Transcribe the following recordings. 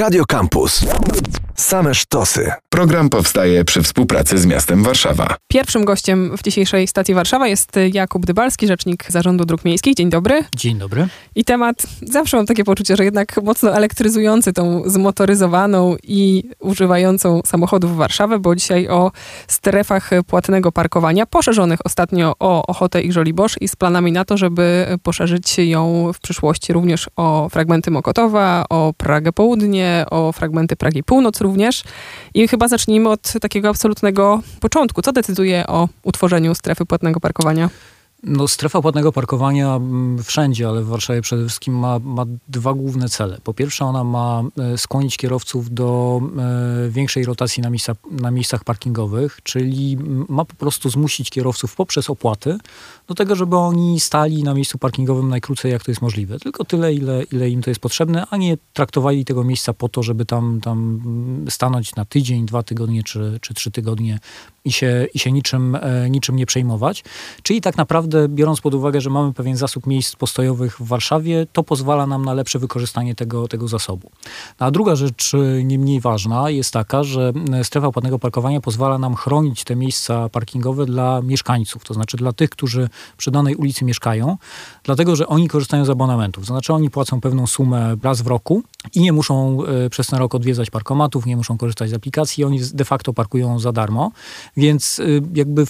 Radio Campus. Same sztosy. Program powstaje przy współpracy z miastem Warszawa. Pierwszym gościem w dzisiejszej stacji Warszawa jest Jakub Dybalski, rzecznik Zarządu Dróg Miejskich. Dzień dobry. Dzień dobry. I temat, zawsze mam takie poczucie, że jednak mocno elektryzujący tą zmotoryzowaną i używającą samochodów Warszawę, bo dzisiaj o strefach płatnego parkowania, poszerzonych ostatnio o Ochotę i Żoliborz i z planami na to, żeby poszerzyć ją w przyszłości również o fragmenty Mokotowa, o Pragę Południe, o fragmenty Pragi Północ również. I chyba zacznijmy od takiego absolutnego początku. Co decyduje o utworzeniu strefy płatnego parkowania? No, strefa płatnego parkowania wszędzie, ale w Warszawie przede wszystkim ma dwa główne cele. Po pierwsze, ona ma skłonić kierowców do większej rotacji na miejscach parkingowych, czyli ma po prostu zmusić kierowców poprzez opłaty do tego, żeby oni stali na miejscu parkingowym najkrócej, jak to jest możliwe. Tylko tyle, ile im to jest potrzebne, a nie traktowali tego miejsca po to, żeby tam stanąć na tydzień, 2 tygodnie czy 3 tygodnie i się niczym nie przejmować. Czyli tak naprawdę, biorąc pod uwagę, że mamy pewien zasób miejsc postojowych w Warszawie, to pozwala nam na lepsze wykorzystanie tego zasobu. A druga rzecz, nie mniej ważna, jest taka, że strefa płatnego parkowania pozwala nam chronić te miejsca parkingowe dla mieszkańców, to znaczy dla tych, którzy przy danej ulicy mieszkają, dlatego, że oni korzystają z abonamentów. To znaczy oni płacą pewną sumę raz w roku i nie muszą przez ten rok odwiedzać parkomatów, nie muszą korzystać z aplikacji, oni de facto parkują za darmo. Więc jakby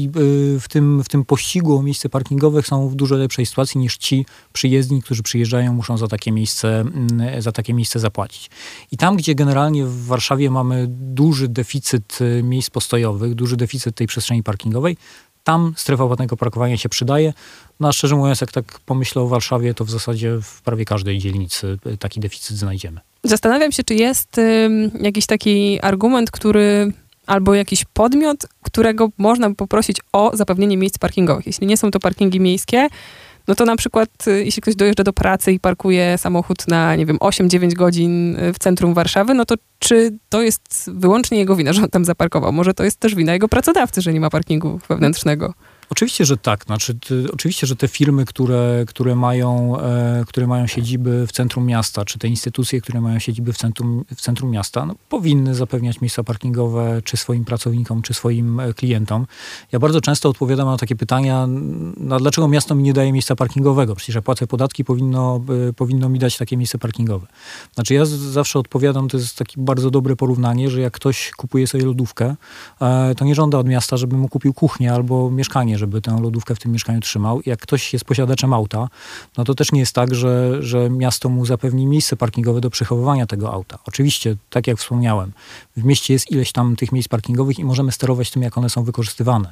w tym pościgu o miejsce parkingowe są w dużo lepszej sytuacji niż ci przyjezdni, którzy przyjeżdżają, muszą za takie miejsce zapłacić. I tam, gdzie generalnie w Warszawie mamy duży deficyt miejsc postojowych, duży deficyt tej przestrzeni parkingowej, tam strefa płatnego parkowania się przydaje. No a szczerze mówiąc, jak tak pomyślę o Warszawie, to w zasadzie w prawie każdej dzielnicy taki deficyt znajdziemy. Zastanawiam się, czy jest jakiś taki argument, albo jakiś podmiot, którego można poprosić o zapewnienie miejsc parkingowych. Jeśli nie są to parkingi miejskie, no to na przykład jeśli ktoś dojeżdża do pracy i parkuje samochód na, 8-9 godzin w centrum Warszawy, no to czy to jest wyłącznie jego wina, że on tam zaparkował? Może to jest też wina jego pracodawcy, że nie ma parkingu wewnętrznego? Oczywiście, że tak. Oczywiście, że te firmy, które mają siedziby w centrum miasta, czy te instytucje, które mają siedziby w centrum miasta, no, powinny zapewniać miejsca parkingowe czy swoim pracownikom, czy swoim klientom. Ja bardzo często odpowiadam na takie pytania, dlaczego miasto mi nie daje miejsca parkingowego? Przecież jak płacę podatki, powinno mi dać takie miejsce parkingowe. Znaczy ja zawsze odpowiadam, to jest takie bardzo dobre porównanie, że jak ktoś kupuje sobie lodówkę, to nie żąda od miasta, żeby mu kupił kuchnię albo mieszkanie, żeby tę lodówkę w tym mieszkaniu trzymał. Jak ktoś jest posiadaczem auta, no to też nie jest tak, że miasto mu zapewni miejsce parkingowe do przechowywania tego auta. Oczywiście, tak jak wspomniałem, w mieście jest ileś tam tych miejsc parkingowych i możemy sterować tym, jak one są wykorzystywane.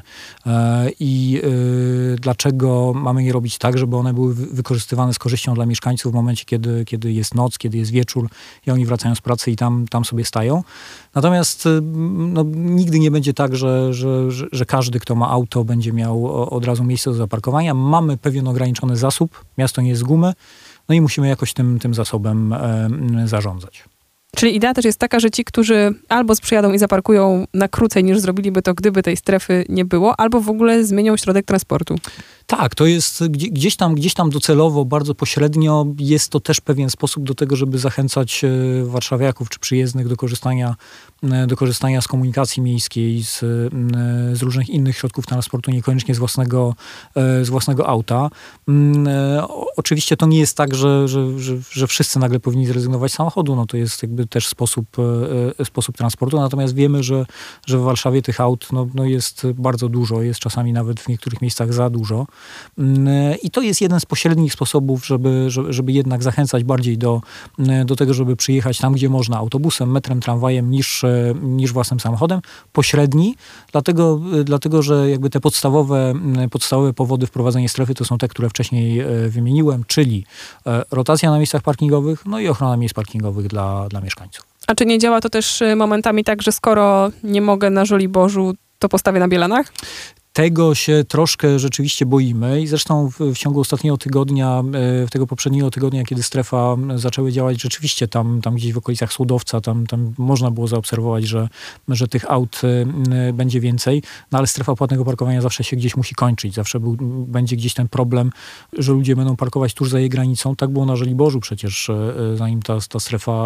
Dlaczego mamy je robić tak, żeby one były wykorzystywane z korzyścią dla mieszkańców w momencie, kiedy jest noc, kiedy jest wieczór i oni wracają z pracy i tam sobie stają. Natomiast nigdy nie będzie tak, że każdy, kto ma auto, będzie miał od razu miejsce do zaparkowania. Mamy pewien ograniczony zasób, miasto nie jest z gumy, no i musimy jakoś tym zasobem zarządzać. Czyli idea też jest taka, że ci, którzy albo sprzyjadą i zaparkują na krócej niż zrobiliby to, gdyby tej strefy nie było, albo w ogóle zmienią środek transportu. Tak, to jest gdzieś tam docelowo, bardzo pośrednio jest to też pewien sposób do tego, żeby zachęcać warszawiaków czy przyjezdnych do korzystania z komunikacji miejskiej, z różnych innych środków transportu, niekoniecznie z własnego auta. Oczywiście to nie jest tak, że wszyscy nagle powinni zrezygnować z samochodu, no to jest jakby też sposób transportu, natomiast wiemy, że w Warszawie tych aut jest bardzo dużo, jest czasami nawet w niektórych miejscach za dużo. I to jest jeden z pośrednich sposobów, żeby jednak zachęcać bardziej do tego, żeby przyjechać tam, gdzie można, autobusem, metrem, tramwajem, niż własnym samochodem. Pośredni, dlatego że jakby te podstawowe powody wprowadzenia strefy to są te, które wcześniej wymieniłem, czyli rotacja na miejscach parkingowych, no i ochrona miejsc parkingowych dla mieszkańców. A czy nie działa to też momentami tak, że skoro nie mogę na Żoliborzu, to postawię na Bielanach? Tego się troszkę rzeczywiście boimy i zresztą w ciągu ostatniego tygodnia, tego poprzedniego tygodnia, kiedy strefa zaczęły działać, rzeczywiście tam gdzieś w okolicach Słudowca, tam można było zaobserwować, że tych aut będzie więcej, no ale strefa płatnego parkowania zawsze się gdzieś musi kończyć, zawsze będzie gdzieś ten problem, że ludzie będą parkować tuż za jej granicą. Tak było na Żoliborzu przecież, zanim ta strefa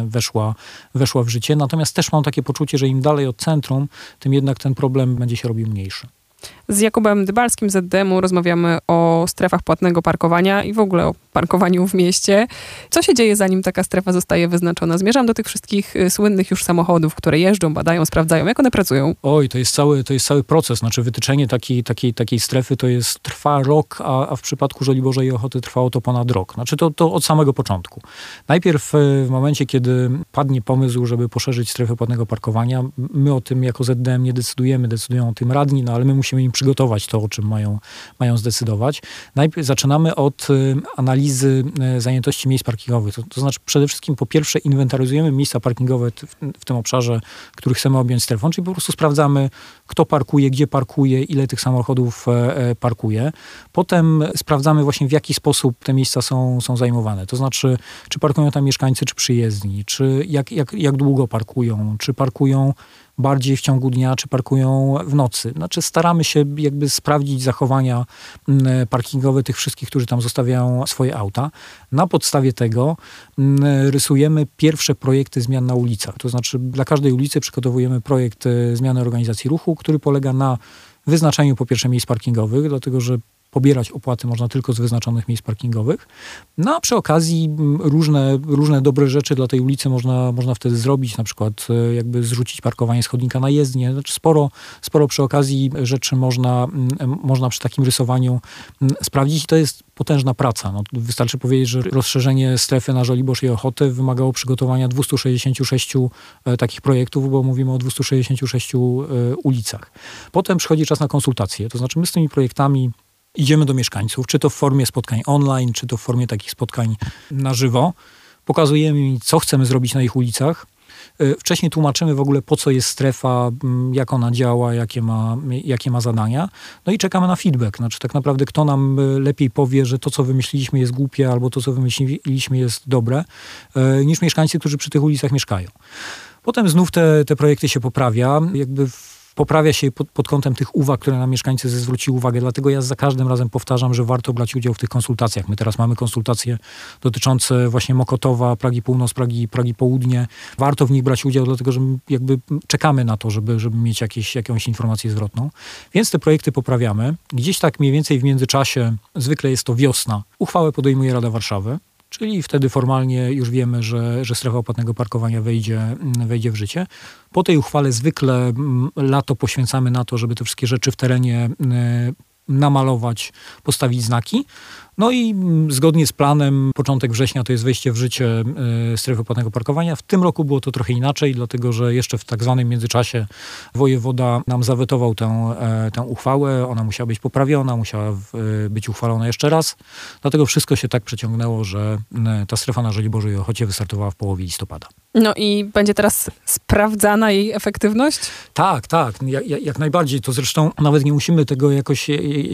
weszła w życie. Natomiast też mam takie poczucie, że im dalej od centrum, tym jednak ten problem będzie się robił mniejszy. Z Jakubem Dybalskim z ZDM-u rozmawiamy o strefach płatnego parkowania i w ogóle o parkowaniu w mieście. Co się dzieje, zanim taka strefa zostaje wyznaczona? Zmierzam do tych wszystkich słynnych już samochodów, które jeżdżą, badają, sprawdzają, jak one pracują. Oj, to jest cały proces. Znaczy wytyczenie takiej strefy trwa rok, a w przypadku Żoliborza i Ochoty trwało to ponad rok. Znaczy to od samego początku. Najpierw w momencie, kiedy padnie pomysł, żeby poszerzyć strefę płatnego parkowania, my o tym jako ZDM nie decydujemy, decydują o tym radni, no ale my musimy im przygotować to, o czym mają zdecydować. Najpierw zaczynamy od analizy zajętości miejsc parkingowych. To znaczy przede wszystkim po pierwsze inwentaryzujemy miejsca parkingowe w tym obszarze, który chcemy objąć strefą, czyli po prostu sprawdzamy, kto parkuje, gdzie parkuje, ile tych samochodów parkuje. Potem sprawdzamy właśnie, w jaki sposób te miejsca są zajmowane. To znaczy, czy parkują tam mieszkańcy, czy przyjezdni, czy jak długo parkują, czy parkują bardziej w ciągu dnia, czy parkują w nocy. Znaczy staramy się jakby sprawdzić zachowania parkingowe tych wszystkich, którzy tam zostawiają swoje auta. Na podstawie tego rysujemy pierwsze projekty zmian na ulicach. To znaczy dla każdej ulicy przygotowujemy projekt zmiany organizacji ruchu, który polega na wyznaczeniu po pierwsze miejsc parkingowych, dlatego że pobierać opłaty można tylko z wyznaczonych miejsc parkingowych. No a przy okazji różne dobre rzeczy dla tej ulicy można wtedy zrobić, na przykład jakby zrzucić parkowanie z chodnika na jezdnię. Znaczy sporo przy okazji rzeczy można przy takim rysowaniu sprawdzić i to jest potężna praca. No, wystarczy powiedzieć, że rozszerzenie strefy na Żoliborz i Ochotę wymagało przygotowania 266 takich projektów, bo mówimy o 266 ulicach. Potem przychodzi czas na konsultacje. To znaczy my z tymi projektami idziemy do mieszkańców, czy to w formie spotkań online, czy to w formie takich spotkań na żywo. Pokazujemy im, co chcemy zrobić na ich ulicach. Wcześniej tłumaczymy w ogóle, po co jest strefa, jak ona działa, jakie ma zadania. No i czekamy na feedback. Znaczy tak naprawdę kto nam lepiej powie, że to, co wymyśliliśmy, jest głupie, albo to, co wymyśliliśmy, jest dobre, niż mieszkańcy, którzy przy tych ulicach mieszkają. Potem znów te projekty się poprawia. Poprawia się pod kątem tych uwag, które nam mieszkańcy zwrócili uwagę. Dlatego ja za każdym razem powtarzam, że warto brać udział w tych konsultacjach. My teraz mamy konsultacje dotyczące właśnie Mokotowa, Pragi Północ, Pragi Południe. Warto w nich brać udział, dlatego że jakby czekamy na to, żeby mieć jakąś informację zwrotną. Więc te projekty poprawiamy. Gdzieś tak mniej więcej w międzyczasie, zwykle jest to wiosna, uchwałę podejmuje Rada Warszawy. Czyli wtedy formalnie już wiemy, że strefa opłatnego parkowania wejdzie w życie. Po tej uchwale zwykle lato poświęcamy na to, żeby te wszystkie rzeczy w terenie namalować, postawić znaki. No i zgodnie z planem początek września to jest wejście w życie strefy płatnego parkowania. W tym roku było to trochę inaczej, dlatego że jeszcze w tak zwanym międzyczasie wojewoda nam zawetował tę uchwałę. Ona musiała być poprawiona, musiała być uchwalona jeszcze raz. Dlatego wszystko się tak przeciągnęło, że ta strefa na Żoliborzu i Ochocie wystartowała w połowie listopada. No i będzie teraz sprawdzana jej efektywność? Tak, jak najbardziej. To zresztą nawet nie musimy tego jakoś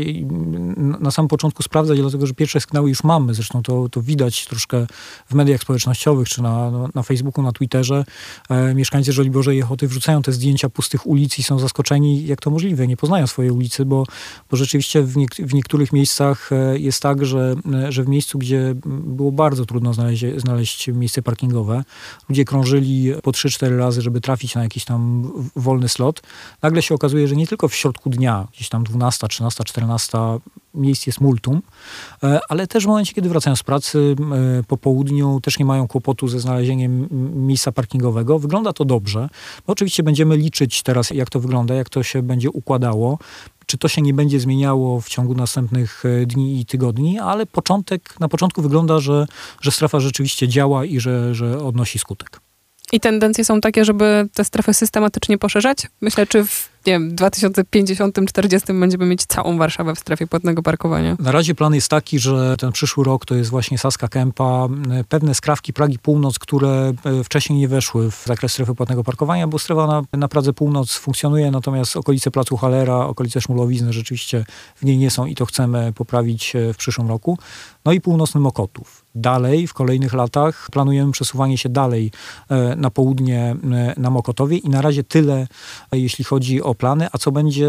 na samym początku sprawdzać, dlatego że pierwsze sygnały już mamy. Zresztą to widać troszkę w mediach społecznościowych, czy na Facebooku, na Twitterze. Mieszkańcy Żoliborza i Ochoty wrzucają te zdjęcia pustych ulic i są zaskoczeni, jak to możliwe. Nie poznają swojej ulicy, bo rzeczywiście w niektórych miejscach jest tak, że w miejscu, gdzie było bardzo trudno znaleźć miejsce parkingowe, ludzie krążyli po 3-4 razy, żeby trafić na jakiś tam wolny slot. Nagle się okazuje, że nie tylko w środku dnia, gdzieś tam 12, 13, 14 miejsc jest multum, ale też w momencie, kiedy wracają z pracy po południu, też nie mają kłopotu ze znalezieniem miejsca parkingowego. Wygląda to dobrze. No oczywiście będziemy liczyć teraz, jak to wygląda, jak to się będzie układało, czy to się nie będzie zmieniało w ciągu następnych dni i tygodni, ale na początku wygląda, że strefa rzeczywiście działa i że odnosi skutek. I tendencje są takie, żeby te strefy systematycznie poszerzać? Myślę, czy w nie wiem, 2050-40 będziemy mieć całą Warszawę w strefie płatnego parkowania? Na razie plan jest taki, że ten przyszły rok to jest właśnie Saska Kępa, pewne skrawki Pragi Północ, które wcześniej nie weszły w zakres strefy płatnego parkowania, bo strefa na Pradze Północ funkcjonuje, natomiast okolice Placu Hallera, okolice Szmulowizny rzeczywiście w niej nie są i to chcemy poprawić w przyszłym roku. No i północny Mokotów. Dalej, w kolejnych latach planujemy przesuwanie się dalej na południe na Mokotowie i na razie tyle, jeśli chodzi o plany, a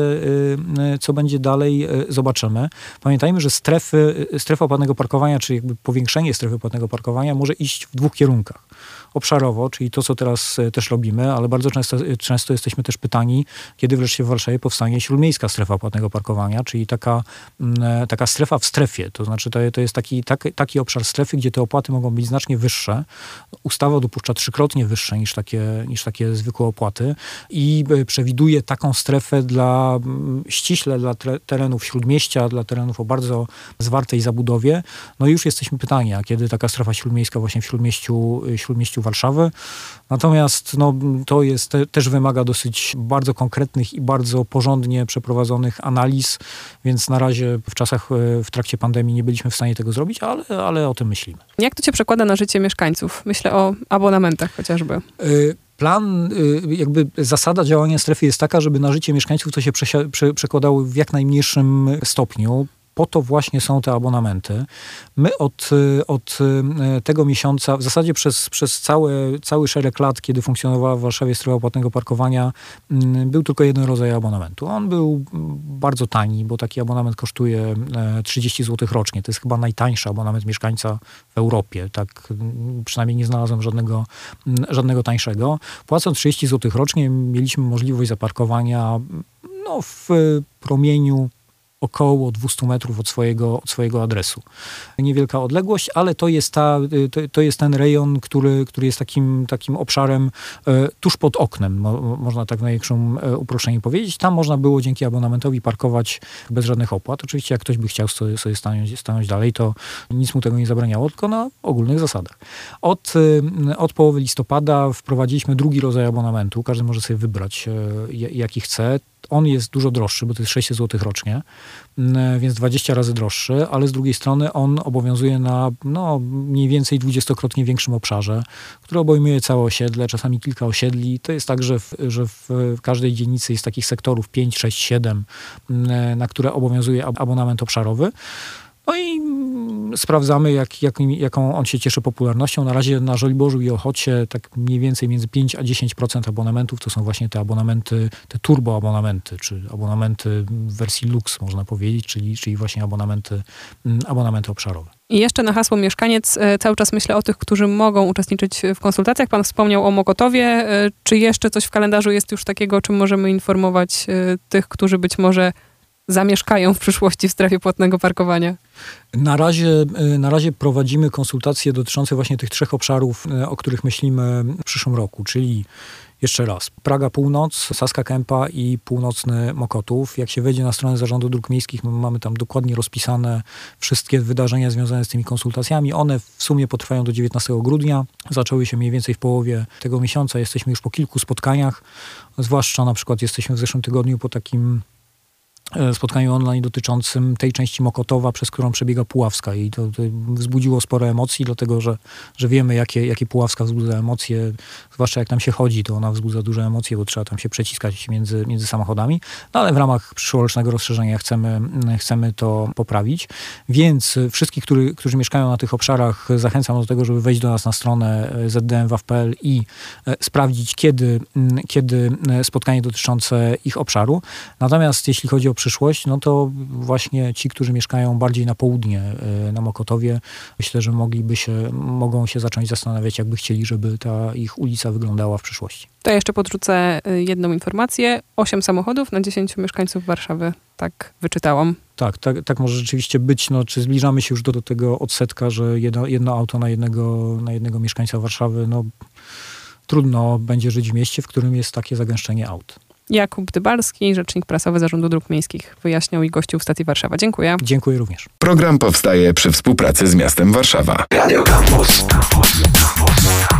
co będzie dalej, zobaczymy. Pamiętajmy, że strefa płatnego parkowania, czy jakby powiększenie strefy płatnego parkowania może iść w dwóch kierunkach. Obszarowo, czyli to, co teraz też robimy, ale bardzo często jesteśmy też pytani, kiedy wreszcie w Warszawie powstanie śródmiejska strefa płatnego parkowania, czyli taka strefa w strefie. To znaczy to jest taki obszar strefy, gdzie te opłaty mogą być znacznie wyższe. Ustawa dopuszcza 3-krotnie wyższe niż takie zwykłe opłaty i przewiduje taką strefę ściśle dla terenów śródmieścia, dla terenów o bardzo zwartej zabudowie. No i już jesteśmy pytani, a kiedy taka strefa śródmiejska właśnie w śródmieściu Warszawy. Natomiast to też wymaga dosyć bardzo konkretnych i bardzo porządnie przeprowadzonych analiz, więc na razie w trakcie pandemii nie byliśmy w stanie tego zrobić, ale o tym myślimy. Jak to się przekłada na życie mieszkańców? Myślę o abonamentach chociażby. Plan, jakby zasada działania strefy jest taka, żeby na życie mieszkańców to się przekładało w jak najmniejszym stopniu. Po to właśnie są te abonamenty. My od tego miesiąca, w zasadzie przez cały szereg lat, kiedy funkcjonowała w Warszawie strefa płatnego parkowania, był tylko jeden rodzaj abonamentu. On był bardzo tani, bo taki abonament kosztuje 30 zł rocznie. To jest chyba najtańszy abonament mieszkańca w Europie. Tak, przynajmniej nie znalazłem żadnego tańszego. Płacąc 30 zł rocznie mieliśmy możliwość zaparkowania w promieniu około 200 metrów od swojego adresu. Niewielka odległość, ale to jest ten rejon, który jest takim obszarem tuż pod oknem, można tak w największym uproszczeniu powiedzieć. Tam można było dzięki abonamentowi parkować bez żadnych opłat. Oczywiście jak ktoś by chciał sobie stanąć dalej, to nic mu tego nie zabraniało, tylko na ogólnych zasadach. Od połowy listopada wprowadziliśmy drugi rodzaj abonamentu. Każdy może sobie wybrać, jaki chce. On jest dużo droższy, bo to jest 600 zł rocznie, więc 20 razy droższy, ale z drugiej strony on obowiązuje na mniej więcej 20-krotnie większym obszarze, który obejmuje całe osiedle, czasami kilka osiedli. To jest tak, że w każdej dzielnicy jest takich sektorów 5, 6, 7, na które obowiązuje abonament obszarowy. No i sprawdzamy, jaką on się cieszy popularnością. Na razie na Żoliborzu i Ochocie tak mniej więcej między 5 a 10% abonamentów to są właśnie te abonamenty, te turboabonamenty, czy abonamenty w wersji Lux, można powiedzieć, czyli właśnie abonamenty obszarowe. I jeszcze na hasło mieszkaniec cały czas myślę o tych, którzy mogą uczestniczyć w konsultacjach. Pan wspomniał o Mokotowie. Czy jeszcze coś w kalendarzu jest już takiego, o czym możemy informować tych, którzy być może zamieszkają w przyszłości w strefie płatnego parkowania? Na razie prowadzimy konsultacje dotyczące właśnie tych 3 obszarów, o których myślimy w przyszłym roku, czyli jeszcze raz, Praga Północ, Saska Kępa i północny Mokotów. Jak się wejdzie na stronę Zarządu Dróg Miejskich, mamy tam dokładnie rozpisane wszystkie wydarzenia związane z tymi konsultacjami. One w sumie potrwają do 19 grudnia. Zaczęły się mniej więcej w połowie tego miesiąca. Jesteśmy już po kilku spotkaniach. Zwłaszcza na przykład jesteśmy w zeszłym tygodniu po takim spotkaniu online dotyczącym tej części Mokotowa, przez którą przebiega Puławska i to wzbudziło sporo emocji, dlatego że wiemy, jakie Puławska wzbudza emocje, zwłaszcza jak tam się chodzi, to ona wzbudza duże emocje, bo trzeba tam się przeciskać między samochodami, ale w ramach przyszłorocznego rozszerzenia chcemy to poprawić, więc wszystkich, którzy mieszkają na tych obszarach, zachęcam do tego, żeby wejść do nas na stronę zdmwaw.pl i sprawdzić, kiedy spotkanie dotyczące ich obszaru. Natomiast jeśli chodzi o przyszłość, no to właśnie ci, którzy mieszkają bardziej na południe, na Mokotowie, myślę, że mogą się zacząć zastanawiać, jakby chcieli, żeby ta ich ulica wyglądała w przyszłości. To ja jeszcze podrzucę jedną informację. 8 samochodów na 10 mieszkańców Warszawy. Tak wyczytałam. Tak może rzeczywiście być. No, czy zbliżamy się już do tego odsetka, że jedno auto na jednego mieszkańca Warszawy, no trudno będzie żyć w mieście, w którym jest takie zagęszczenie aut. Jakub Dybalski, rzecznik prasowy Zarządu Dróg Miejskich, wyjaśniał i gościł w stacji Warszawa. Dziękuję. Dziękuję również. Program powstaje przy współpracy z miastem Warszawa. Radio Campus.